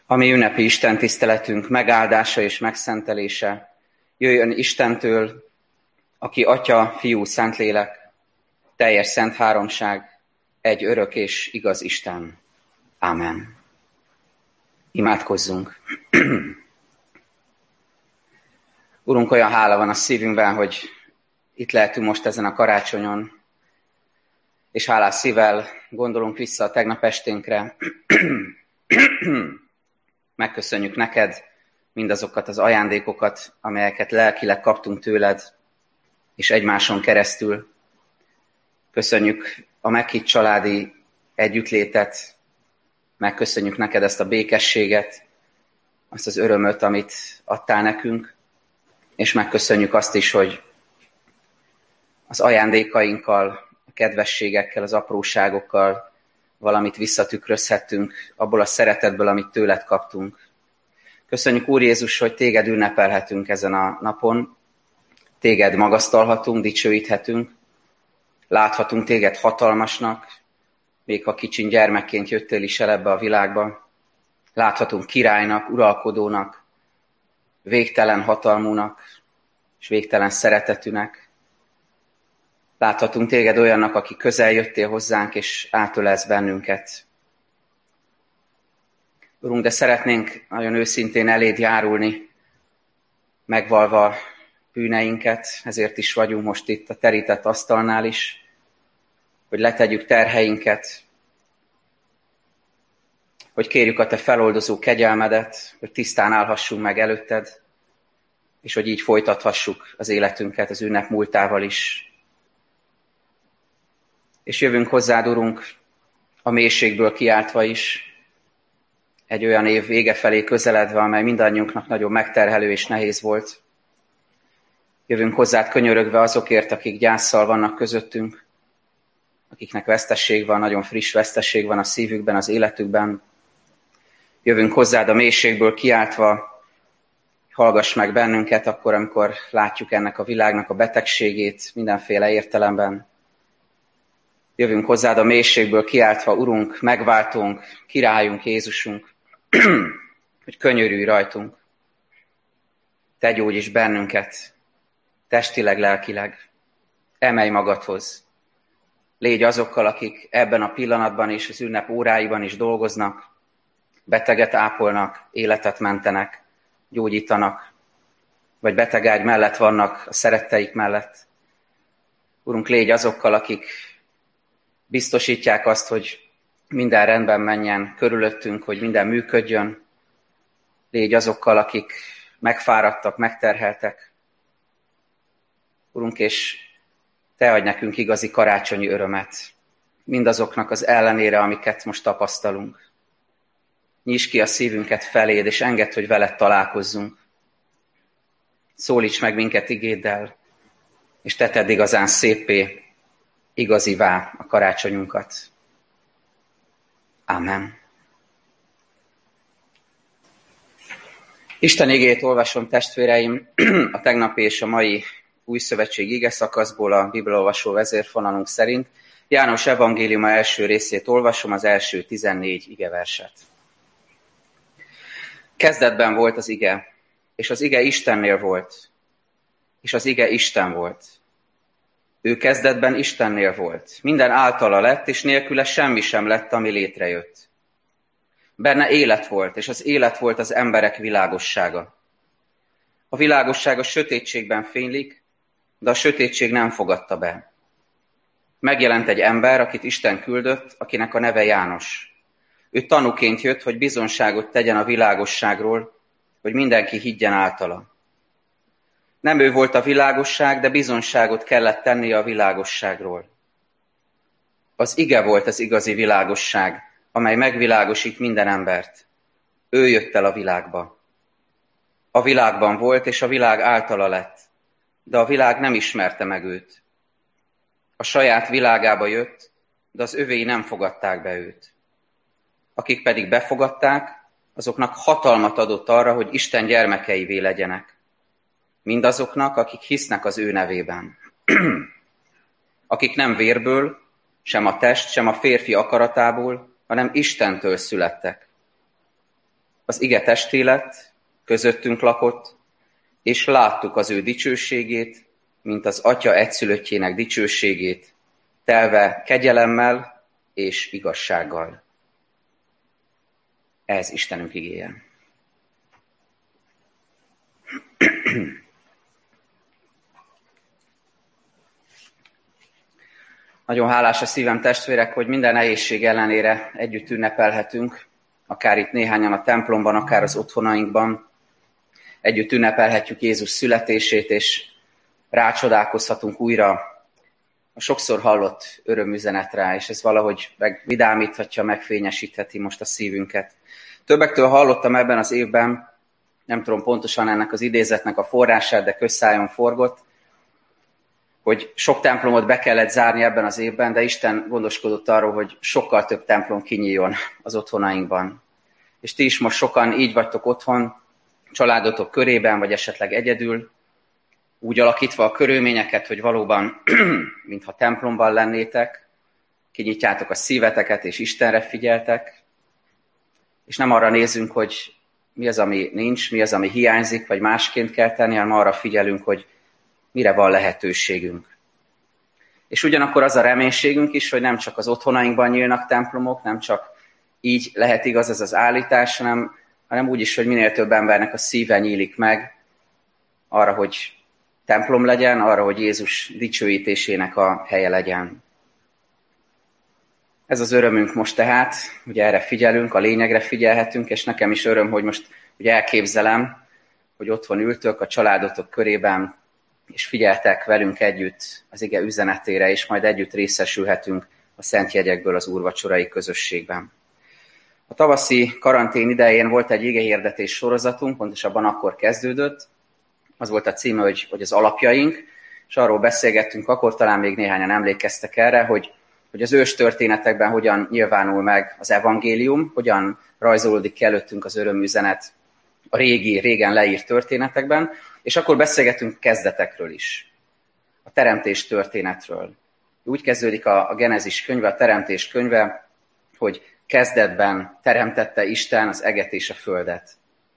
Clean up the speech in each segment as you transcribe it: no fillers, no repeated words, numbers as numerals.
A mi ünnepi istentiszteletünk megáldása és megszentelése jöjjön Istentől, aki Atya, Fiú, Szentlélek, teljes szent háromság, egy örök és igaz Isten. Ámen. Imádkozzunk. Urunk, olyan hála van a szívünkben, hogy itt lehetünk most ezen a karácsonyon, és hálás szívvel gondolunk vissza a tegnap esténkre. Megköszönjük neked mindazokat az ajándékokat, amelyeket lelkileg kaptunk tőled, és egymáson keresztül. Köszönjük a meghitt családi együttlétet, megköszönjük neked ezt a békességet, azt az örömöt, amit adtál nekünk, és megköszönjük azt is, hogy az ajándékainkkal, a kedvességekkel, az apróságokkal valamit visszatükrözhettünk abból a szeretetből, amit tőled kaptunk. Köszönjük, Úr Jézus, hogy téged ünnepelhetünk ezen a napon, téged magasztalhatunk, dicsőíthetünk, láthatunk téged hatalmasnak, még ha kicsin gyermekként jöttél is el ebbe a világba. Láthatunk királynak, uralkodónak, végtelen hatalmúnak, és végtelen szeretetűnek. Láthatunk téged olyannak, aki közel jöttél hozzánk, és átölelsz bennünket. Urunk, de szeretnénk nagyon őszintén eléd járulni, megvalva bűneinket, ezért is vagyunk most itt a terített asztalnál is, hogy letegyük terheinket, hogy kérjük a te feloldozó kegyelmedet, hogy tisztán állhassunk meg előtted, és hogy így folytathassuk az életünket az ünnep múltával is. És jövünk hozzád, Urunk, a mélységből kiáltva is, egy olyan év vége felé közeledve, amely mindannyiunknak nagyon megterhelő és nehéz volt. Jövünk hozzád könyörögve azokért, akik gyásszal vannak közöttünk, akiknek vesztesség van, nagyon friss vesztesség van a szívükben, az életükben. Jövünk hozzád a mélységből kiáltva, hallgass meg bennünket akkor, amikor látjuk ennek a világnak a betegségét mindenféle értelemben. Jövünk hozzád a mélységből kiáltva, Urunk, megváltónk, királyunk, Jézusunk, hogy könyörülj rajtunk. Te gyógyíts bennünket, testileg, lelkileg. Emelj magadhoz. Légy azokkal, akik ebben a pillanatban és az ünnep óráiban is dolgoznak, beteget ápolnak, életet mentenek, gyógyítanak, vagy betegágy mellett vannak a szeretteik mellett. Urunk, légy azokkal, akik biztosítják azt, hogy minden rendben menjen körülöttünk, hogy minden működjön. Légy azokkal, akik megfáradtak, megterheltek. Urunk, és te adj nekünk igazi karácsonyi örömet, mindazoknak az ellenére, amiket most tapasztalunk. Nyisd ki a szívünket feléd, és engedd, hogy veled találkozzunk. Szólíts meg minket igéddel, és te tedd igazán szépé, igazivá a karácsonyunkat. Ámen. Isten igéjét olvasom, testvéreim, a tegnapi és a mai új szövetség ige szakaszból a bibliaolvasó vezérfonalunk szerint. János evangéliuma első részét olvasom, az első 14 igeverset. Kezdetben volt az ige, és az ige Istennél volt, és az ige Isten volt. Ő kezdetben Istennél volt. Minden általa lett, és nélküle semmi sem lett, ami létrejött. Benne élet volt, és az élet volt az emberek világossága. A világosság a sötétségben fénylik, de a sötétség nem fogadta be. Megjelent egy ember, akit Isten küldött, akinek a neve János. Ő tanúként jött, hogy bizonságot tegyen a világosságról, hogy mindenki higgyen általa. Nem ő volt a világosság, de bizonságot kellett tennie a világosságról. Az ige volt az igazi világosság, amely megvilágosít minden embert. Ő jött el a világba. A világban volt, és a világ általa lett, de a világ nem ismerte meg őt. A saját világába jött, de az övéi nem fogadták be őt. Akik pedig befogadták, azoknak hatalmat adott arra, hogy Isten gyermekeivé legyenek. Mindazoknak, akik hisznek az ő nevében. Akik nem vérből, sem a test, sem a férfi akaratából, hanem Istentől születtek. az ige testé lett, közöttünk lakott, és láttuk az ő dicsőségét, mint az Atya egyszülöttjének dicsőségét, telve kegyelemmel és igazsággal. Ez Istenünk igéje. Nagyon hálás a szívem, testvérek, hogy minden nehézség ellenére együtt ünnepelhetünk, akár itt néhányan a templomban, akár az otthonainkban. Együtt ünnepelhetjük Jézus születését, és rácsodálkozhatunk újra a sokszor hallott örömüzenetre, és ez valahogy megvidámíthatja, megfényesítheti most a szívünket. Többektől hallottam ebben az évben, nem tudom pontosan ennek az idézetnek a forrását, de közszájon forgott, hogy sok templomot be kellett zárni ebben az évben, de Isten gondoskodott arról, hogy sokkal több templom kinyíljon az otthonainkban. És ti is most sokan így vagytok otthon, családotok körében, vagy esetleg egyedül, úgy alakítva a körülményeket, hogy valóban, mintha templomban lennétek, kinyitjátok a szíveteket, és Istenre figyeltek, és nem arra nézünk, hogy mi az, ami nincs, mi az, ami hiányzik, vagy másként kell tenni, hanem arra figyelünk, hogy mire van lehetőségünk. És ugyanakkor az a reménységünk is, hogy nem csak az otthonainkban nyílnak templomok, nem csak így lehet igaz ez az állítás, hanem úgy is, hogy minél több embernek a szíve nyílik meg arra, hogy templom legyen, arra, hogy Jézus dicsőítésének a helye legyen. Ez az örömünk most tehát, ugye erre figyelünk, a lényegre figyelhetünk, és nekem is öröm, hogy most ugye elképzelem, hogy otthon ültök a családotok körében, és figyeltek velünk együtt az ige üzenetére, és majd együtt részesülhetünk a szent jegyekből az úrvacsorai közösségben. A tavaszi karantén idején volt egy igehirdetés sorozatunk, pontosabban akkor kezdődött. Az volt a címe, hogy az alapjaink, és arról beszélgettünk, akkor talán még néhányan emlékeztek erre, hogy az ős történetekben hogyan nyilvánul meg az evangélium, hogyan rajzolódik ki előttünk az örömüzenet a régen leírt történetekben, és akkor beszélgetünk kezdetekről is, a teremtés történetről. Úgy kezdődik a Genezis könyve, a teremtés könyve, hogy kezdetben teremtette Isten az eget és a földet.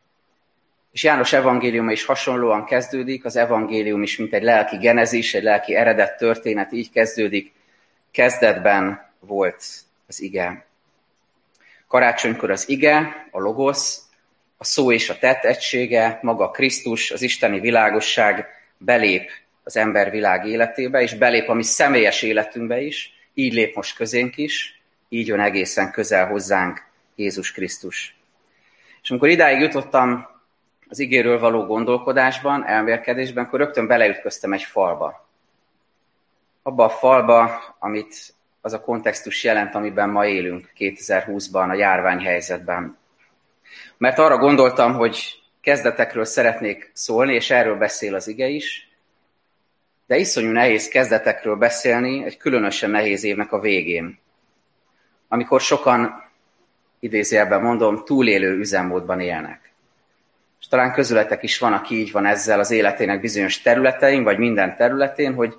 És János evangéliuma is hasonlóan kezdődik, az evangélium is mint egy lelki genezis, egy lelki eredet történet, így kezdődik, kezdetben volt az ige. Karácsonykor az ige, a logosz, a szó és a tett egysége, maga Krisztus, az isteni világosság belép az ember világ életébe, és belép a mi személyes életünkbe is, így lép most közénk is, így jön egészen közel hozzánk Jézus Krisztus. És amikor idáig jutottam az igéről való gondolkodásban, elmélkedésben, akkor rögtön beleütköztem egy falba. Abba a falba, amit az a kontextus jelent, amiben ma élünk 2020-ban, a járványhelyzetben. Mert arra gondoltam, hogy kezdetekről szeretnék szólni, és erről beszél az ige is, de iszonyú nehéz kezdetekről beszélni egy különösen nehéz évnek a végén, amikor sokan, idézőjelben mondom, túlélő üzemmódban élnek. És talán közületek is van, aki így van ezzel az életének bizonyos területein, vagy minden területén, hogy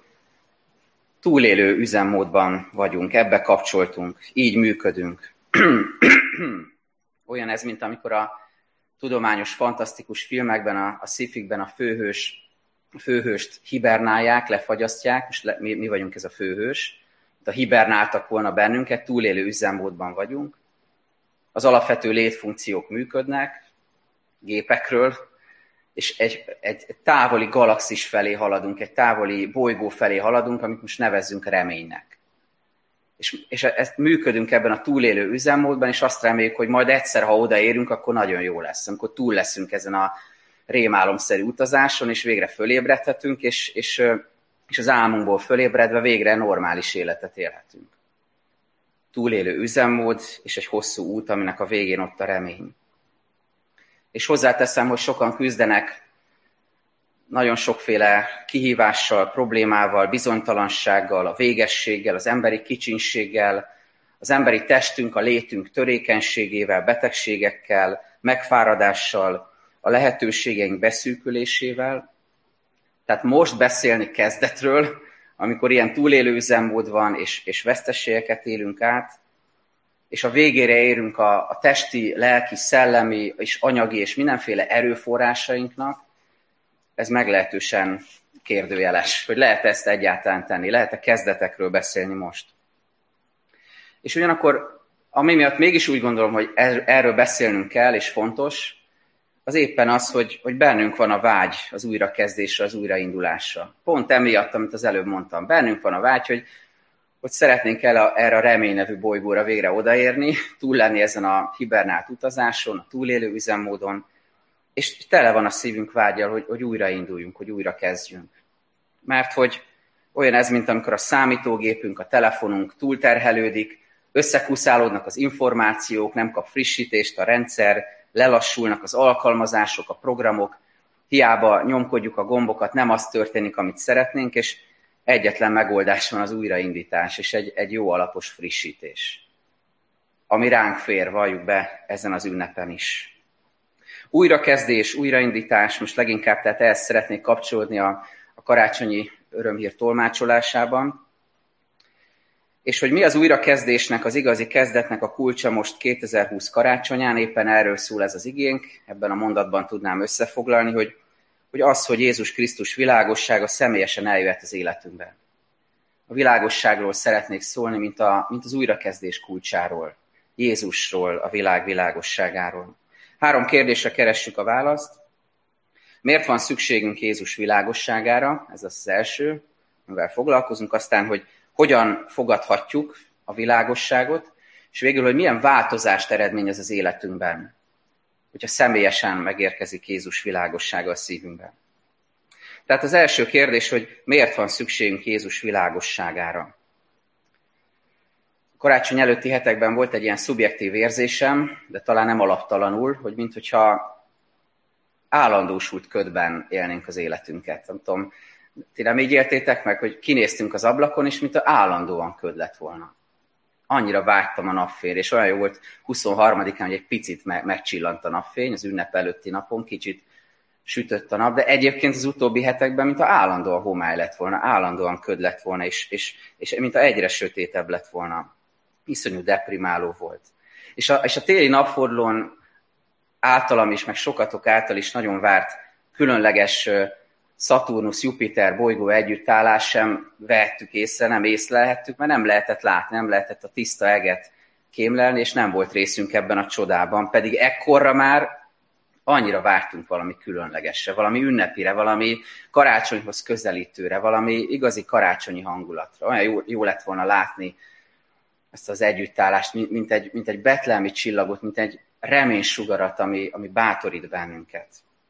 túlélő üzemmódban vagyunk, ebbe kapcsoltunk, így működünk. Olyan ez, mint amikor a tudományos, fantasztikus filmekben, a sci-fikben a főhőst hibernálják, lefagyasztják, és mi vagyunk ez a főhős. Ha hibernáltak volna bennünket, túlélő üzemmódban vagyunk. Az alapvető létfunkciók működnek, gépekről, és egy távoli galaxis felé haladunk, egy távoli bolygó felé haladunk, amit most nevezzünk reménynek. És ezt működünk ebben a túlélő üzemmódban, és azt reméljük, hogy majd egyszer, ha odaérünk, akkor nagyon jó lesz, amikor túl leszünk ezen a rémálomszerű utazáson, és végre fölébredhetünk, és az álmunkból fölébredve végre normális életet élhetünk. Túlélő üzemmód, és egy hosszú út, aminek a végén ott a remény. És hozzáteszem, hogy sokan küzdenek nagyon sokféle kihívással, problémával, bizonytalansággal, a végességgel, az emberi kicsinséggel, az emberi testünk, a létünk törékenységével, betegségekkel, megfáradással, a lehetőségeink beszűkülésével. Tehát most beszélni kezdetről, amikor ilyen túlélő üzemmód van, és veszteségeket élünk át, és a végére érünk a testi, lelki, szellemi és anyagi és mindenféle erőforrásainknak, ez meglehetősen kérdőjeles, hogy lehet ezt egyáltalán tenni, lehet-e kezdetekről beszélni most. És ugyanakkor, ami miatt mégis úgy gondolom, hogy erről beszélnünk kell, és fontos, az éppen az, hogy bennünk van a vágy az újrakezdésre, az újraindulásra. Pont emiatt, amit az előbb mondtam, bennünk van a vágy, hogy szeretnénk erre a remény nevű bolygóra végre odaérni, túl lenni ezen a hibernált utazáson, a túlélő üzemmódon, és tele van a szívünk vággyal, hogy újrainduljunk, hogy újra kezdjünk. Mert hogy olyan ez, mint amikor a számítógépünk, a telefonunk túlterhelődik, összekuszálódnak az információk, nem kap frissítést a rendszer, lelassulnak az alkalmazások, a programok, hiába nyomkodjuk a gombokat, nem az történik, amit szeretnénk, és egyetlen megoldás van, az újraindítás, és egy jó alapos frissítés. Ami ránk fér, valljuk be ezen az ünnepen is. Újrakezdés, újraindítás, most leginkább tehát ehhez szeretnék kapcsolódni a karácsonyi örömhír tolmácsolásában. És hogy mi az újrakezdésnek, az igazi kezdetnek a kulcsa most 2020 karácsonyán, éppen erről szól ez az igénk, ebben a mondatban tudnám összefoglalni, hogy az, hogy Jézus Krisztus világossága személyesen eljöhet az életünkben. A világosságról szeretnék szólni, mint az újrakezdés kulcsáról, Jézusról, a világ világosságáról. 3 kérdésre keressük a választ. Miért van szükségünk Jézus világosságára? Ez az első, amivel foglalkozunk. Aztán, hogy hogyan fogadhatjuk a világosságot, és végül, hogy milyen változást eredményez az életünkben, hogyha személyesen megérkezik Jézus világossága a szívünkben. Tehát az első kérdés, hogy miért van szükségünk Jézus világosságára. A karácsony előtti hetekben volt egy ilyen szubjektív érzésem, de talán nem alaptalanul, hogy minthogyha állandósult ködben élnénk az életünket. Nem tudom, ti nem így éltétek meg, hogy kinéztünk az ablakon, és mintha állandóan köd lett volna. Annyira vágytam a napfényre, és olyan jó volt 23-án, hogy egy picit megcsillant a napfény, az ünnep előtti napon kicsit sütött a nap, de egyébként az utóbbi hetekben mintha állandóan homály lett volna, állandóan köd lett volna, és mintha egyre sötétebb lett volna. Iszonyú deprimáló volt. És a téli napfordulón általam is, meg sokatok által is nagyon várt különleges Szaturnusz-Jupiter bolygó együttállás sem vehettük észre, nem észlelhettük, mert nem lehetett látni, nem lehetett a tiszta eget kémlelni, és nem volt részünk ebben a csodában. Pedig ekkorra már annyira vártunk valami különlegesre, valami ünnepire, valami karácsonyhoz közelítőre, valami igazi karácsonyi hangulatra. Olyan jó lett volna látni ezt az együttállást, mint egy betlehemi csillagot, mint egy reménysugarat, ami bátorít bennünket.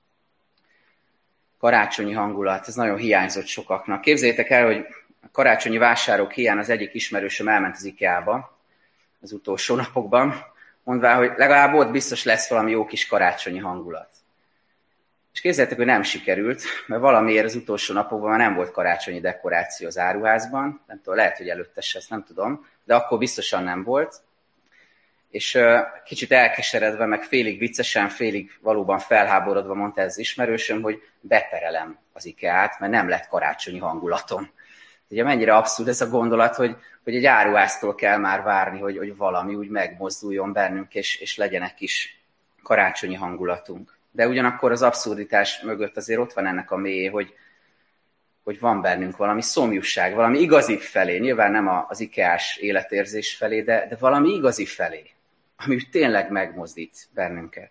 Karácsonyi hangulat, ez nagyon hiányzott sokaknak. Képzeljétek el, hogy a karácsonyi vásárok hiány az egyik ismerősöm elment az IKEA-ba az utolsó napokban, mondván, hogy legalább ott biztos lesz valami jó kis karácsonyi hangulat. És képzeljétek, hogy nem sikerült, mert valamiért az utolsó napokban már nem volt karácsonyi dekoráció az áruházban, nem tudom, lehet, hogy előtte se, ezt nem tudom, de akkor biztosan nem volt. És kicsit elkeseredve, meg félig viccesen, félig valóban felháborodva mondta ez az ismerősöm, hogy beperelem az IKEA-t, mert nem lett karácsonyi hangulatom. Ugye mennyire abszurd ez a gondolat, hogy egy áruháztól kell már várni, hogy valami úgy megmozduljon bennünk, és legyen egy kis karácsonyi hangulatunk. De ugyanakkor az abszurditás mögött azért ott van ennek a mélyé, hogy van bennünk valami szomjúság, valami igazi felé, nyilván nem az IKEA-s életérzés felé, de valami igazi felé, ami tényleg megmozdít bennünket.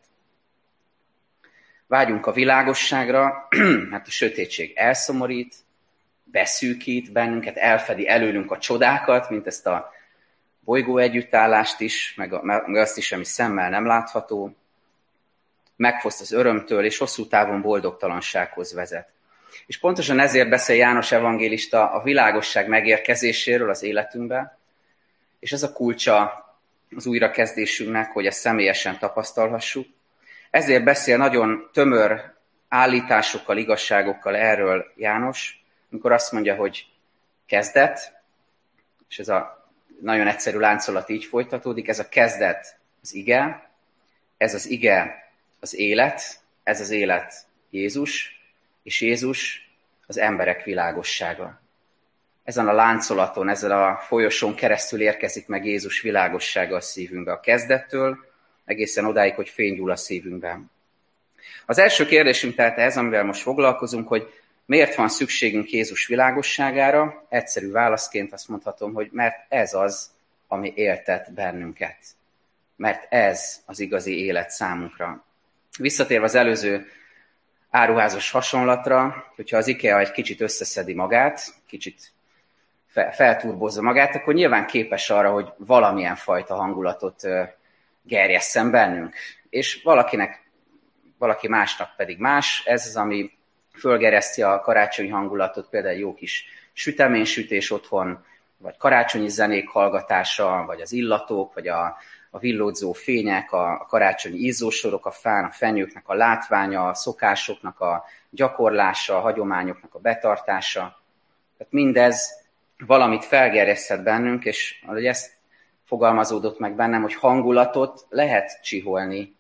Vágyunk a világosságra, mert a sötétség elszomorít, beszűkít bennünket, elfedi előlünk a csodákat, mint ezt a bolygó együttállást is, meg azt is, ami szemmel nem látható, megfoszt az örömtől, és hosszú távon boldogtalansághoz vezet. És pontosan ezért beszél János evangélista a világosság megérkezéséről az életünkbe, és ez a kulcsa az újrakezdésünknek, hogy ezt személyesen tapasztalhassuk. Ezért beszél nagyon tömör állításokkal, igazságokkal erről János, amikor azt mondja, hogy kezdet, és ez a nagyon egyszerű láncolat így folytatódik, ez a kezdet az ige, ez az ige az élet, ez az élet Jézus, és Jézus az emberek világossága. ezen a láncolaton, ezen a folyosón keresztül érkezik meg Jézus világossága a szívünkbe. A kezdettől egészen odáig, hogy fény gyúl a szívünkben. Az első kérdésünk tehát ez, amivel most foglalkozunk, hogy miért van szükségünk Jézus világosságára? Egyszerű válaszként azt mondhatom, hogy mert ez az, ami éltet bennünket. Mert ez az igazi élet számunkra. Visszatérve az előző áruházas hasonlatra, hogyha az IKEA egy kicsit összeszedi magát, kicsit felturbozza magát, akkor nyilván képes arra, hogy valamilyen fajta hangulatot gerjesszen bennünk. És valaki másnak pedig más. Ez az, ami fölgereszti a karácsonyi hangulatot, például jó kis süteménysütés otthon, vagy karácsonyi zenék hallgatása, vagy az illatok, vagy a villódzó fények, a karácsonyi izzósorok a fán, a fenyőknek a látványa, a szokásoknak a gyakorlása, a hagyományoknak a betartása. Tehát mindez valamit felgerjeszthet bennünk, és ahogy ezt fogalmazódott meg bennem, hogy hangulatot lehet csiholni,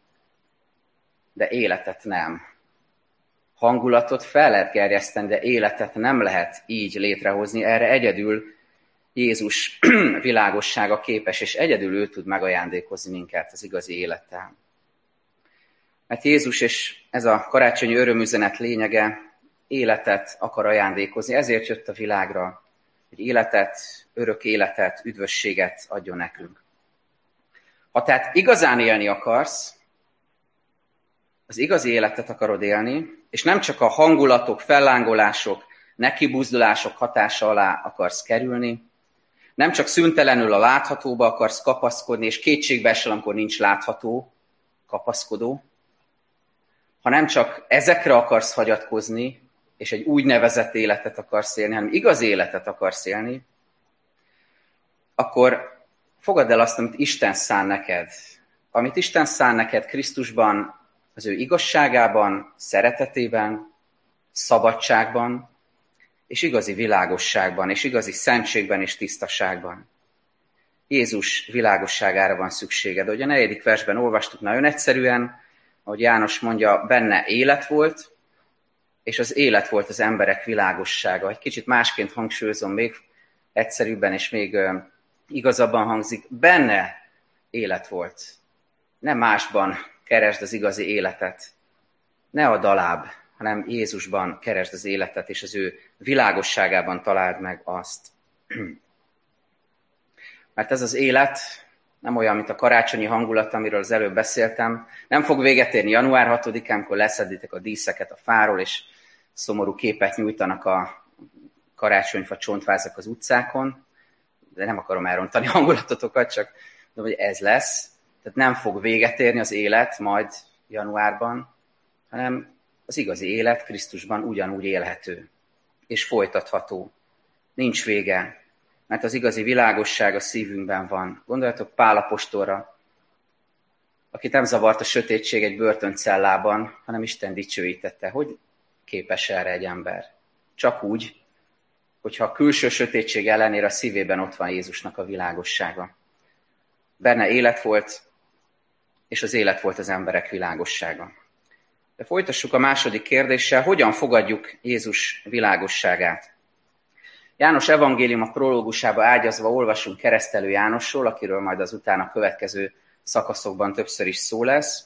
de életet nem. Hangulatot fel lehet gerjeszteni, de életet nem lehet így létrehozni. Erre egyedül Jézus világossága képes, és egyedül ő tud megajándékozni minket az igazi élettel. Mert Jézus, és ez a karácsonyi örömüzenet lényege, életet akar ajándékozni. Ezért jött a világra, hogy életet, örök életet, üdvösséget adjon nekünk. Ha tehát igazán élni akarsz, az igazi életet akarod élni, és nem csak a hangulatok, fellángolások, nekibuzdulások hatása alá akarsz kerülni, nem csak szüntelenül a láthatóba akarsz kapaszkodni, és kétségbe esel, amikor nincs látható, kapaszkodó, ha nem csak ezekre akarsz hagyatkozni, és egy úgynevezett életet akarsz élni, hanem igazi életet akarsz élni, akkor fogadd el azt, amit Isten szán neked. Amit Isten szán neked Krisztusban, az ő igazságában, szeretetében, szabadságban, és igazi világosságban, és igazi szentségben és tisztaságban. Jézus világosságára van szükséged. Ahogy a 4. versben olvastuk, nagyon egyszerűen, ahogy János mondja, benne élet volt, és az élet volt az emberek világossága. Egy kicsit másként hangsúlyozom, még egyszerűbben és még igazabban hangzik, benne élet volt. Nem másban keresd az igazi életet. Ne add alább, hanem Jézusban keresd az életet, és az ő világosságában találd meg azt. Mert ez az élet nem olyan, mint a karácsonyi hangulat, amiről az előbb beszéltem. Nem fog véget érni január 6-án, amikor leszeditek a díszeket a fáról, és szomorú képet nyújtanak a karácsonyfa csontvázak az utcákon. De nem akarom elrontani hangulatotokat, csak mondom, hogy ez lesz. Tehát nem fog véget érni az élet majd januárban, hanem az igazi élet Krisztusban ugyanúgy élhető és folytatható. Nincs vége, mert az igazi világosság a szívünkben van. Gondoljatok Pál apostolra, akit nem zavart a sötétség egy börtöncellában, hanem Isten dicsőítette. Hogy képes erre egy ember? Csak úgy, hogyha a külső sötétség ellenére a szívében ott van Jézusnak a világossága. Benne élet volt, és az élet volt az emberek világossága. De folytassuk a második kérdéssel, hogyan fogadjuk Jézus világosságát? János evangélium a prológusába ágyazva olvasunk Keresztelő Jánosról, akiről majd az utána következő szakaszokban többször is szó lesz.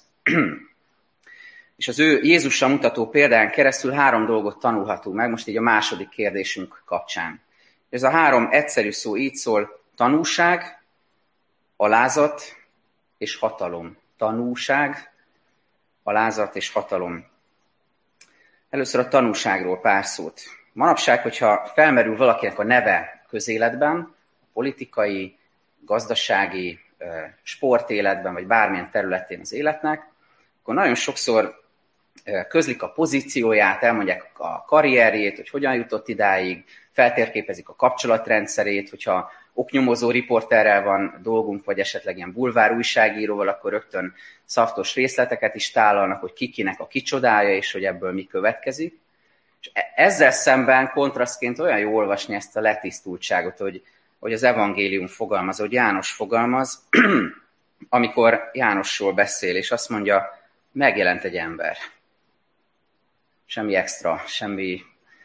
És az ő Jézusra mutató példán keresztül 3 dolgot tanulhatunk meg, most így a második kérdésünk kapcsán. Ez a 3 egyszerű szó így szól, tanúság, alázat és hatalom. Tanúság, alázat és hatalom. Először a tanúságról pár szót. Manapság, hogyha felmerül valakinek a neve közéletben, a politikai, gazdasági, sportéletben, vagy bármilyen területén az életnek, akkor nagyon sokszor közlik a pozícióját, elmondják a karrierjét, hogy hogyan jutott idáig, feltérképezik a kapcsolatrendszerét, hogyha oknyomozó riporterrel van dolgunk, vagy esetleg ilyen bulvár újságíróval, akkor rögtön szaftos részleteket is tálalnak, hogy kikinek a kicsodája, és hogy ebből mi következik. És ezzel szemben kontrasztként olyan jó olvasni ezt a letisztultságot, hogy az evangélium fogalmaz, hogy János fogalmaz, amikor Jánosról beszél, és azt mondja, megjelent egy ember. Semmi extra, semmi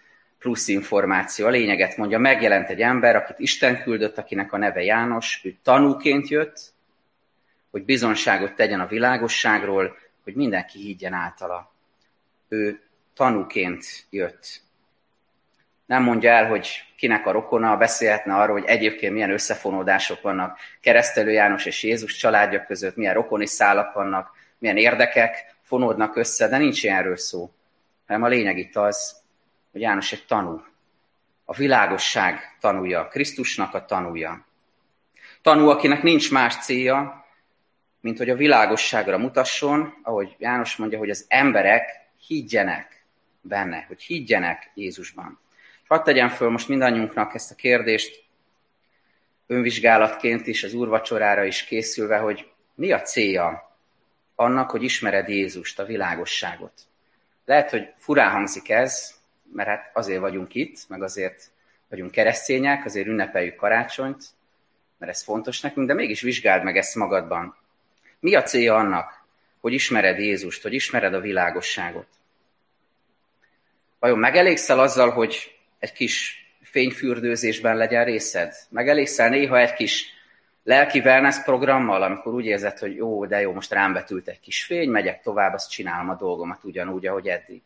plusz információ. A lényeget mondja, megjelent egy ember, akit Isten küldött, akinek a neve János, ő tanúként jött, hogy bizonságot tegyen a világosságról, hogy mindenki higgyen általa. Ő tanúként jött. Nem mondja el, hogy kinek a rokona, beszélhetne arról, hogy egyébként milyen összefonódások vannak Keresztelő János és Jézus családja között, milyen rokoni szálak vannak, milyen érdekek fonódnak össze, de nincs ilyenről szó. Hanem a lényeg itt az, hogy János egy tanú. A világosság tanúja, Krisztusnak a tanúja. Tanú, akinek nincs más célja, mint hogy a világosságra mutasson, ahogy János mondja, hogy az emberek higgyenek benne, hogy higgyenek Jézusban. És hadd tegyem föl most mindannyiunknak ezt a kérdést, önvizsgálatként is, az úrvacsorára is készülve, hogy mi a célja annak, hogy ismered Jézust, a világosságot. Lehet, hogy furán hangzik ez, mert hát azért vagyunk itt, meg azért vagyunk keresztények, azért ünnepeljük karácsonyt, mert ez fontos nekünk, de mégis vizsgáld meg ezt magadban. Mi a célja annak, hogy ismered Jézust, hogy ismered a világosságot? Vajon megelégszel azzal, hogy egy kis fényfürdőzésben legyen részed? Megelégszel néha egy kis lelki wellness programmal, amikor úgy érzed, hogy jó, de jó, most rám betült egy kis fény, megyek tovább, azt csinálom a dolgomat ugyanúgy, ahogy eddig.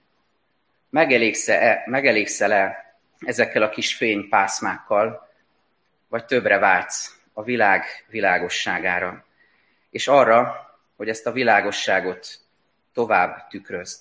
Megelégszel-e ezekkel a kis fénypászmákkal, vagy többre vágysz a világ világosságára, és arra, hogy ezt a világosságot tovább tükrözd?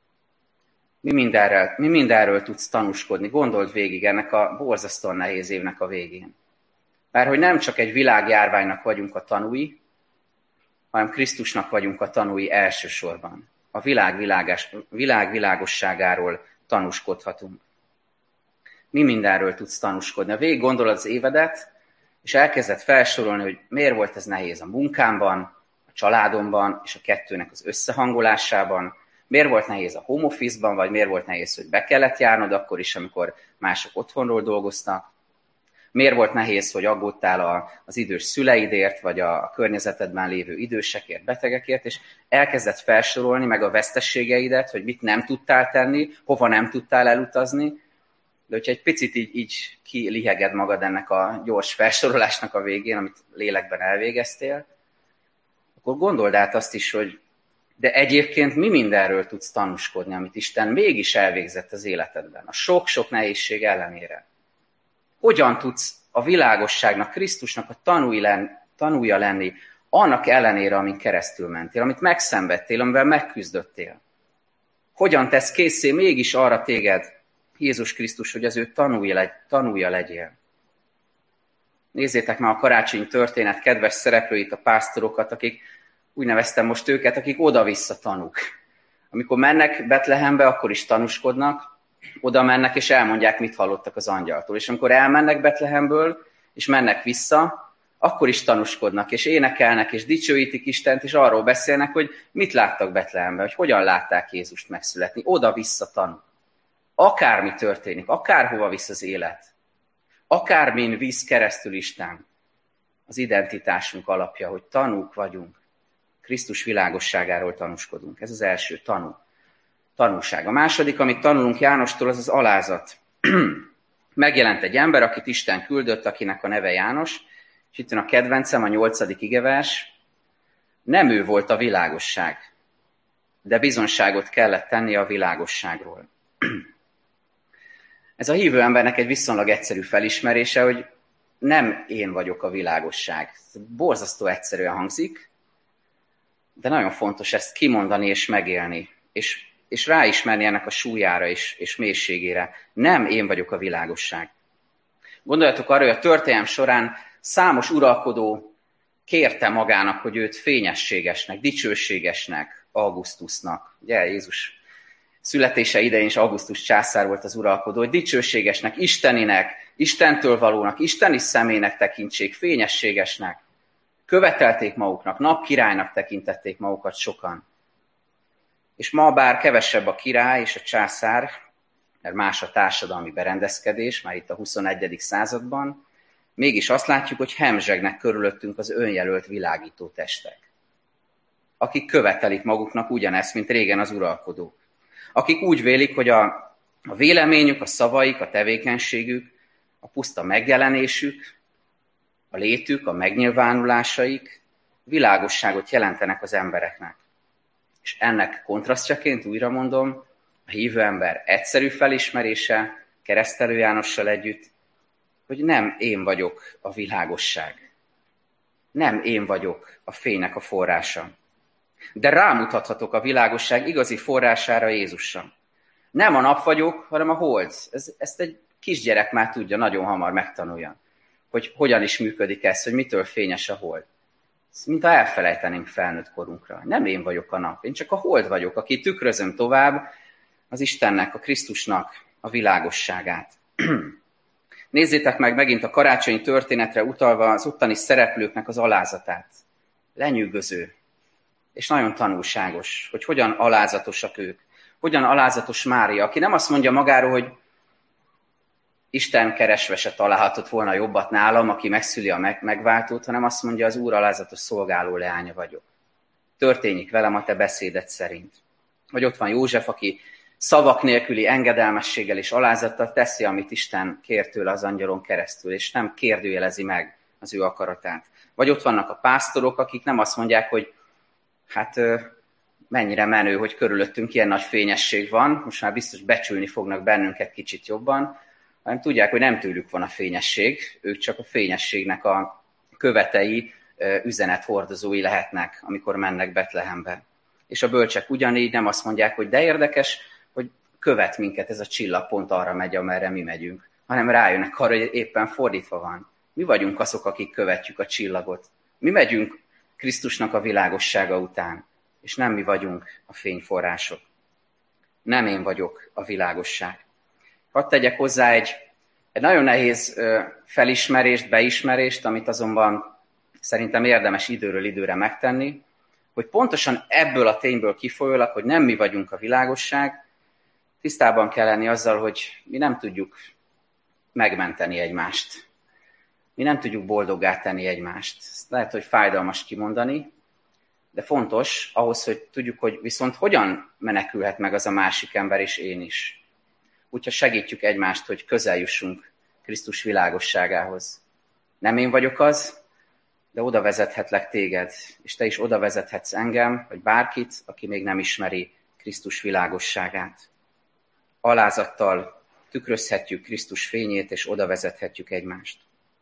Mi mindenről tudsz tanúskodni? Gondold végig ennek a borzasztóan nehéz évnek a végén. Mert hogy nem csak egy világjárványnak vagyunk a tanúi, hanem Krisztusnak vagyunk a tanúi elsősorban. A világ világosságáról tanúskodhatunk. Mi mindenről tudsz tanúskodni? Ha végig gondolod az évedet, és elkezded felsorolni, hogy miért volt ez nehéz a munkámban, a családomban, és a kettőnek az összehangolásában, miért volt nehéz a home office-ban, vagy miért volt nehéz, hogy be kellett járnod akkor is, amikor mások otthonról dolgoztak, miért volt nehéz, hogy aggódtál az idős szüleidért, vagy a környezetedben lévő idősekért, betegekért, és elkezdett felsorolni meg a vesztességeidet, hogy mit nem tudtál tenni, hova nem tudtál elutazni. De hogyha egy picit így kiliheged magad ennek a gyors felsorolásnak a végén, amit lélekben elvégeztél, akkor gondold át azt is, hogy de egyébként mi mindenről tudsz tanúskodni, amit Isten mégis elvégzett az életedben, a sok-sok nehézség ellenére. Hogyan tudsz a világosságnak, Krisztusnak a tanúja lenni, annak ellenére, amin keresztül mentél, amit megszenvedtél, amivel megküzdöttél? Hogyan tesz készé mégis arra téged, Jézus Krisztus, hogy az ő tanúja legyél? Nézzétek már a karácsonyi történet kedves szereplőit, a pásztorokat, akik, úgy neveztem most őket, akik oda-vissza tanúk. Amikor mennek Betlehembe, akkor is tanúskodnak, oda mennek és elmondják, mit hallottak az angyaltól. És amikor elmennek Betlehemből, és mennek vissza, akkor is tanúskodnak, és énekelnek, és dicsőítik Istent, és arról beszélnek, hogy mit láttak Betlehemben, hogy hogyan látták Jézust megszületni. Oda-vissza tanú. Akármi történik, akárhova visz az élet, akármin visz keresztül Isten, az identitásunk alapja, hogy tanúk vagyunk. Krisztus világosságáról tanúskodunk. Ez az első tanúság. A második, amit tanulunk Jánostól, az az alázat. Megjelent egy ember, akit Isten küldött, akinek a neve János, és itt van a kedvencem, a 8. igevers. Nem ő volt a világosság, de bizonságot kellett tennie a világosságról. Ez a hívő embernek egy viszonylag egyszerű felismerése, hogy nem én vagyok a világosság. Borzasztó egyszerűen hangzik, de nagyon fontos ezt kimondani és megélni, és ráismerni ennek a súlyára és mélységére. Nem én vagyok a világosság. Gondoljatok arra, hogy a történelem során számos uralkodó kérte magának, hogy őt fényességesnek, dicsőségesnek, Augustusnak. Ugye Jézus születése idején is Augustus császár volt az uralkodó, hogy dicsőségesnek, isteninek, Istentől valónak, isteni személynek tekintsék, fényességesnek. Követelték maguknak, napkirálynak tekintették magukat sokan. És ma bár kevesebb a király és a császár, mert más a társadalmi berendezkedés, már itt a 21. században, mégis azt látjuk, hogy hemzsegnek körülöttünk az önjelölt világító testek, akik követelik maguknak ugyanezt, mint régen az uralkodók. Akik úgy vélik, hogy a A véleményük, a szavaik, a tevékenységük, a puszta megjelenésük, a létük, a megnyilvánulásaik világosságot jelentenek az embereknek. És ennek kontrasztjaként, újra mondom, a hívő ember egyszerű felismerése Keresztelő Jánossal együtt, hogy nem én vagyok a világosság. Nem én vagyok a fénynek a forrása. De rámutathatok a világosság igazi forrására, Jézusra. Nem a nap vagyok, hanem a hold. Ezt egy kisgyerek már tudja, nagyon hamar megtanulja, hogy hogyan is működik ez, hogy mitől fényes a hold. Ez mint ha elfelejtenénk felnőtt korunkra. Nem én vagyok a nap, én csak a hold vagyok, aki tükrözöm tovább az Istennek, a Krisztusnak a világosságát. Nézzétek meg megint a karácsonyi történetre utalva az ottani szereplőknek az alázatát. Lenyűgöző, és nagyon tanulságos, hogy hogyan alázatosak ők. Hogyan alázatos Mária, aki nem azt mondja magáról, hogy Isten keresve se találhatott volna jobbat nálam, aki megszüli a megváltót, hanem azt mondja, az Úr alázatos szolgáló leánya vagyok. Történjék velem a te beszéded szerint. Vagy ott van József, aki szavak nélküli engedelmességgel és alázattal teszi, amit Isten kér tőle az angyalon keresztül, és nem kérdőjelezi meg az ő akaratát. Vagy ott vannak a pásztorok, akik nem azt mondják, hogy hát mennyire menő, hogy körülöttünk ilyen nagy fényesség van, most már biztos becsülni fognak bennünket kicsit jobban, hanem tudják, hogy nem tőlük van a fényesség, ők csak a fényességnek a követei, üzenethordozói lehetnek, amikor mennek Betlehembe. És a bölcsek ugyanígy nem azt mondják, hogy de érdekes, hogy követ minket ez a csillag, pont arra megy, amerre mi megyünk, hanem rájönnek arra, hogy éppen fordítva van. Mi vagyunk azok, akik követjük a csillagot. Mi megyünk Krisztusnak a világossága után, és nem mi vagyunk a fényforrások. Nem én vagyok a világosság. Hadd tegyek hozzá egy nagyon nehéz felismerést, beismerést, amit azonban szerintem érdemes időről időre megtenni, hogy pontosan ebből a tényből kifolyólag, hogy nem mi vagyunk a világosság, tisztában kell lenni azzal, hogy mi nem tudjuk megmenteni egymást. Mi nem tudjuk boldoggá tenni egymást. Ezt lehet, hogy fájdalmas kimondani, de fontos ahhoz, hogy tudjuk, hogy viszont hogyan menekülhet meg az a másik ember és én is. Úgyhogy segítjük egymást, hogy közel jussunk Krisztus világosságához. Nem én vagyok az, de oda vezethetlek téged, és te is oda vezethetsz engem, vagy bárkit, aki még nem ismeri Krisztus világosságát. Alázattal tükrözhetjük Krisztus fényét, és oda vezethetjük egymást.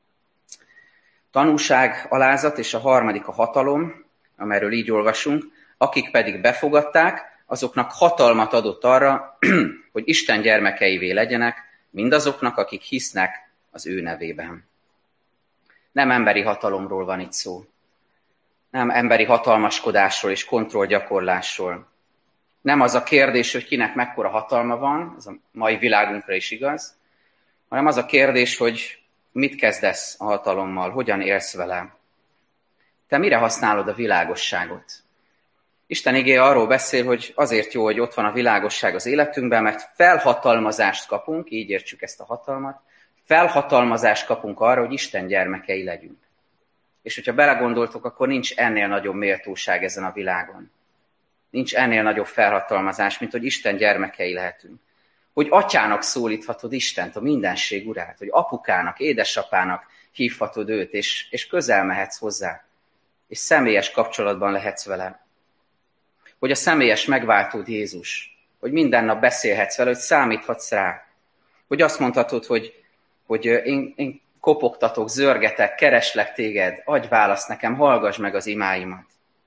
Tanúság, alázat, és a harmadik a hatalom, amelyről így olvasunk, akik pedig befogadták, azoknak hatalmat adott arra, hogy Isten gyermekeivé legyenek, mindazoknak, akik hisznek az ő nevében. Nem emberi hatalomról van itt szó. Nem emberi hatalmaskodásról és kontrollgyakorlásról. Nem az a kérdés, hogy kinek mekkora hatalma van, ez a mai világunkra is igaz, hanem az a kérdés, hogy mit kezdesz a hatalommal, hogyan élsz vele. Te mire használod a világosságot? Isten igéje arról beszél, hogy azért jó, hogy ott van a világosság az életünkben, mert felhatalmazást kapunk, így értsük ezt a hatalmat, felhatalmazást kapunk arra, hogy Isten gyermekei legyünk. És hogyha belegondoltok, akkor nincs ennél nagyobb méltóság ezen a világon. Nincs ennél nagyobb felhatalmazás, mint hogy Isten gyermekei lehetünk. Hogy atyának szólíthatod Istent, a mindenség urát, hogy apukának, édesapának hívhatod őt, és közel mehetsz hozzá, és személyes kapcsolatban lehetsz vele. Hogy a személyes megváltód Jézus, hogy minden nap beszélhetsz vele, hogy számíthatsz rá. Hogy azt mondhatod, hogy én kopogtatok, zörgetek, kereslek téged, adj választ nekem, hallgass meg az imáimat.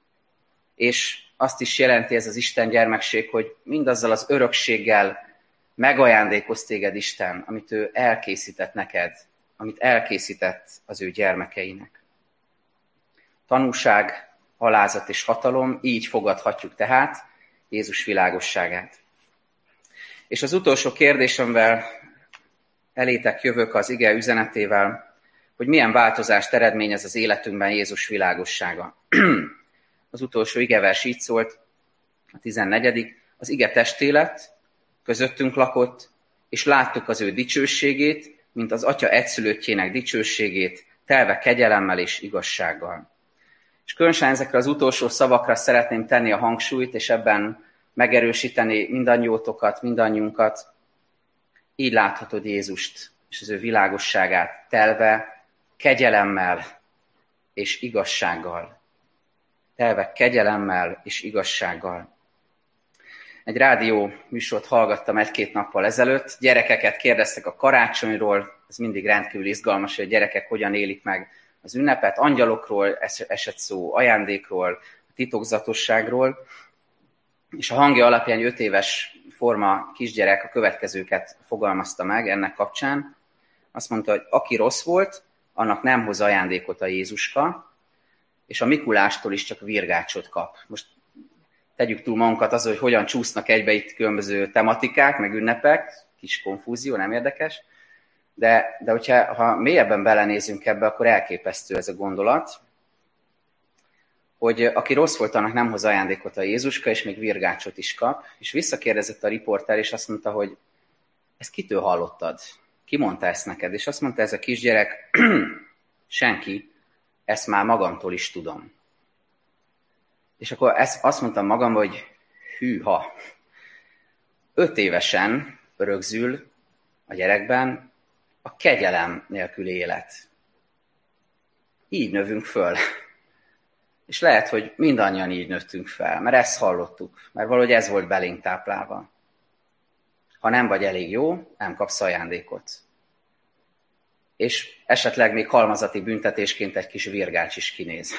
És azt is jelenti ez az Isten gyermekség, hogy mindazzal az örökséggel megajándékoz téged Isten, amit ő elkészített neked, amit elkészített az ő gyermekeinek. Tanúság, alázat és hatalom, így fogadhatjuk tehát Jézus világosságát. És az utolsó kérdés, amivel elétek jövök az ige üzenetével, hogy milyen változást eredményez az életünkben Jézus világossága. Az utolsó igevers így szólt, a 14. Az ige testé lett, közöttünk lakott, és láttuk az ő dicsőségét, mint az Atya egyszülöttjének dicsőségét, telve kegyelemmel és igazsággal. És különösen ezekre az utolsó szavakra szeretném tenni a hangsúlyt, és ebben megerősíteni mindannyiótokat, mindannyiunkat, Így láthatod Jézust és az ő világosságát telve kegyelemmel és igazsággal. Telve kegyelemmel és igazsággal. Egy rádió műsort hallgattam 1-2 nappal ezelőtt. Gyerekeket kérdeztek a karácsonyról. Ez mindig rendkívül izgalmas, hogy a gyerekek hogyan élik meg az ünnepet. Angyalokról esett szó, ajándékról, titokzatosságról. És a hangja alapján egy 5 éves forma kisgyerek a következőket fogalmazta meg ennek kapcsán. Azt mondta, hogy aki rossz volt, annak nem hoz ajándékot a Jézuska, és a Mikulástól is csak virgácsot kap. Most tegyük túl magunkat azon, hogy hogyan csúsznak egybe itt különböző tematikák, meg ünnepek, kis konfúzió, nem érdekes, de ha mélyebben belenézünk ebbe, akkor elképesztő ez a gondolat, hogy aki rossz volt, annak nem hoz ajándékot a Jézuska, és még virgácsot is kap. És visszakérdezett a riporter, és azt mondta, hogy ezt kitől hallottad? Ki mondta ezt neked? És azt mondta ez a kisgyerek, senki, ezt már magamtól is tudom. És akkor azt mondtam magamban, hogy hűha. 5 évesen rögzül a gyerekben a kegyelem nélküli élet. Így növünk föl. És lehet, hogy mindannyian így nőttünk fel, mert ezt hallottuk, mert valahogy ez volt belénk táplálva. Ha nem vagy elég jó, nem kapsz ajándékot. És esetleg még halmazati büntetésként egy kis virgács is kinéz.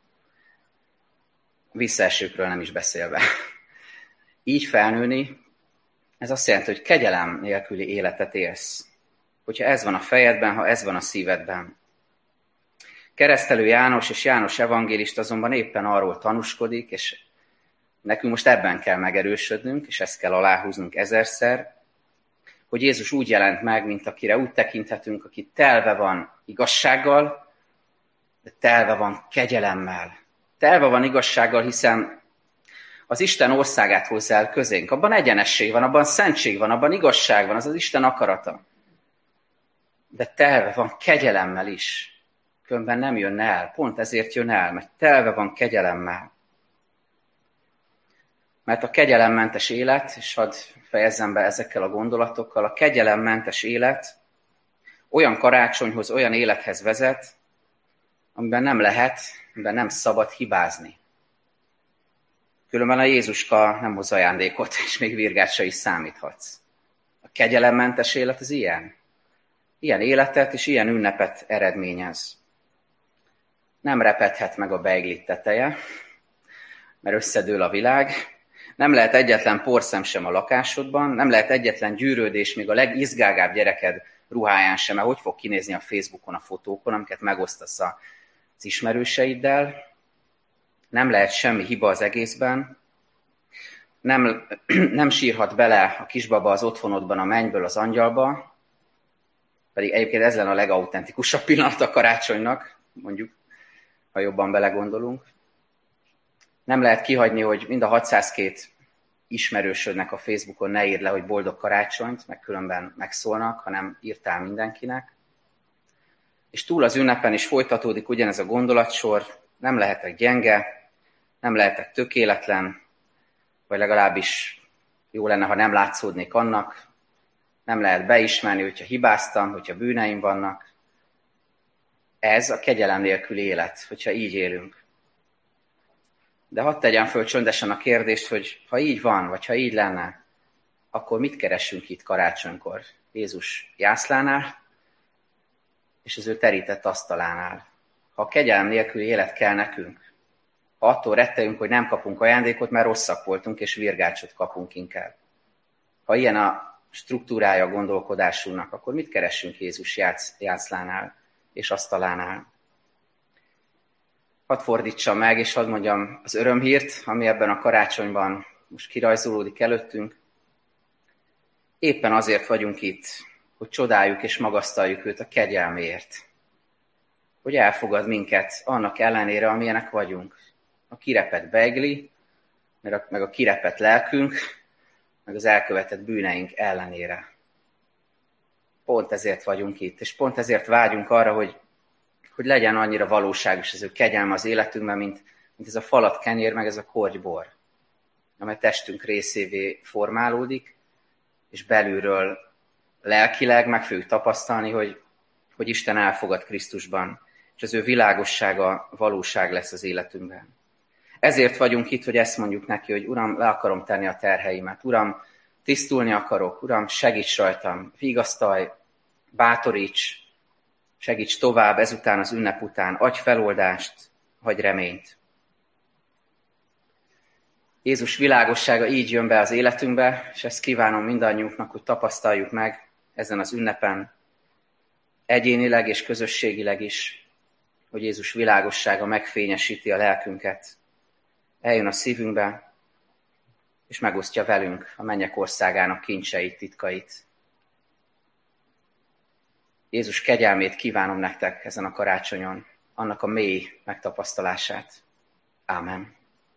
Visszaesőkről nem is beszélve. Így felnőni, ez azt jelenti, hogy kegyelem nélküli életet élsz. Hogyha ez van a fejedben, ha ez van a szívedben. Keresztelő János és János evangélista azonban éppen arról tanúskodik, és nekünk most ebben kell megerősödnünk, és ezt kell aláhúznunk 1000-szer, hogy Jézus úgy jelent meg, mint akire úgy tekinthetünk, aki telve van igazsággal, de telve van kegyelemmel. Telve van igazsággal, hiszen az Isten országát hozzá el közénk. Abban egyenesség van, abban szentség van, abban igazság van, az az Isten akarata. De telve van kegyelemmel is. Különben nem jönne el. Pont ezért jön el, mert telve van kegyelemmel. Mert a kegyelemmentes élet, és hadd fejezzem be ezekkel a gondolatokkal, a kegyelemmentes élet olyan karácsonyhoz, olyan élethez vezet, amiben nem lehet, amiben nem szabad hibázni. Különben a Jézuska nem hoz ajándékot, és még virgácsra is számíthatsz. A kegyelemmentes élet az ilyen. Ilyen életet és ilyen ünnepet eredményez. Nem repedhet meg a beiglit teteje, mert összedől a világ. Nem lehet egyetlen porszem sem a lakásodban, nem lehet egyetlen gyűrődés, még a legizgágább gyereked ruháján sem, mert hogy fog kinézni a Facebookon a fotókon, amiket megosztasz az ismerőseiddel. Nem lehet semmi hiba az egészben. Nem sírhat bele a kisbaba az otthonodban a mennyből az angyalba, pedig egyébként ez lenne a legautentikusabb pillanat a karácsonynak, mondjuk, ha jobban belegondolunk. Nem lehet kihagyni, hogy mind a 602 ismerősödnek a Facebookon ne írd le, hogy boldog karácsonyt, meg különben megszólnak, hanem írtál mindenkinek. És túl az ünnepen is folytatódik ugyanez a gondolatsor, nem lehetek gyenge, nem lehetek tökéletlen, vagy legalábbis jó lenne, ha nem látszódnék annak, nem lehet beismerni, hogyha hibáztam, hogyha bűneim vannak. Ez a kegyelem nélküli élet, hogyha így élünk. De hadd tegyem föl csöndesen a kérdést, hogy ha így van, vagy ha így lenne, akkor mit keresünk itt karácsonykor? Jézus jászlánál, és az ő terített asztalánál. Ha a kegyelem nélküli élet kell nekünk, ha attól rettegünk, hogy nem kapunk ajándékot, mert rosszak voltunk, és virgácsot kapunk inkább. Ha ilyen a struktúrája a gondolkodásunknak, akkor mit keresünk Jézus jászlánál és asztalánál? Hadd fordítsam meg, és hadd mondjam az örömhírt, ami ebben a karácsonyban most kirajzolódik előttünk. Éppen azért vagyunk itt, hogy csodáljuk és magasztaljuk őt a kegyelméért. Hogy elfogad minket annak ellenére, amilyenek vagyunk. A kirepett beigli, meg a kirepett lelkünk, meg az elkövetett bűneink ellenére. Pont ezért vagyunk itt, és pont ezért vágyunk arra, hogy legyen annyira valóságos ez ő kegyelme az életünkben, mint ez a falat kenyér, meg ez a kortybor, amely testünk részévé formálódik, és belülről lelkileg meg fogjuk tapasztalni, hogy Isten elfogad Krisztusban, és az ő világossága valóság lesz az életünkben. Ezért vagyunk itt, hogy ezt mondjuk neki, hogy Uram, le akarom tenni a terheimet. Uram, tisztulni akarok. Uram, segíts rajtam, vigasztalj, bátoríts, segíts tovább ezután az ünnep után, adj feloldást, adj reményt. Jézus világossága így jön be az életünkbe, és ezt kívánom mindannyiunknak, hogy tapasztaljuk meg ezen az ünnepen, egyénileg és közösségileg is, hogy Jézus világossága megfényesíti a lelkünket, eljön a szívünkbe, és megosztja velünk a mennyek országának kincseit, titkait. Jézus kegyelmét kívánom nektek ezen a karácsonyon, annak a mély megtapasztalását. Ámen.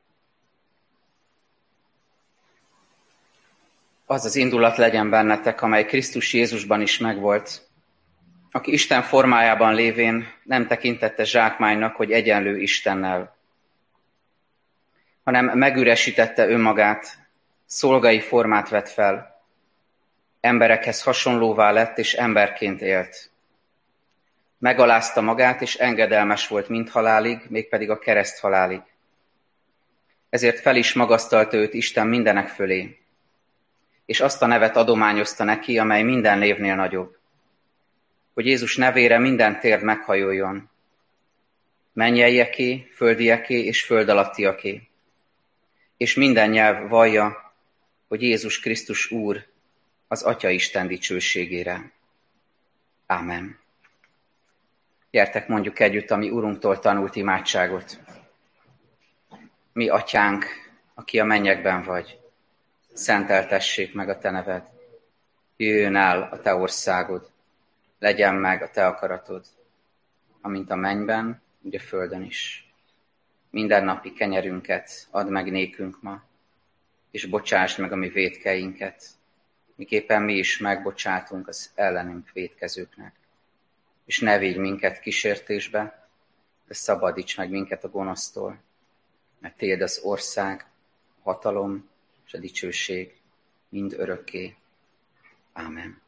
Az az indulat legyen bennetek, amely Krisztus Jézusban is megvolt, aki Isten formájában lévén nem tekintette zsákmánynak, hogy egyenlő Istennel, hanem megüresítette önmagát, szolgai formát vett fel, emberekhez hasonlóvá lett, és emberként élt. Megalázta magát, és engedelmes volt mindhalálig, mégpedig a kereszthalálig. Ezért fel is magasztalta őt Isten mindenek fölé, és azt a nevet adományozta neki, amely minden névnél nagyobb, hogy Jézus nevére minden térd meghajoljon, mennyeieké, földieké és föld alattiaké, és minden nyelv vallja, hogy Jézus Krisztus Úr az Atya Isten dicsőségére. Ámen. Gyertek, mondjuk együtt a mi Urunktól tanult imádságot. Mi Atyánk, aki a mennyekben vagy, szenteltessék meg a te neved. Jöjjön el a te országod, legyen meg a te akaratod, amint a mennyben, úgy a földön is. Mindennapi kenyerünket add meg nékünk ma, és bocsásd meg a mi vétkeinket, miképpen mi is megbocsátunk az ellenünk vétkezőknek. És ne vigy minket kísértésbe, de szabadíts meg minket a gonosztól, mert tiéd az ország, a hatalom és a dicsőség mind örökké. Ámen.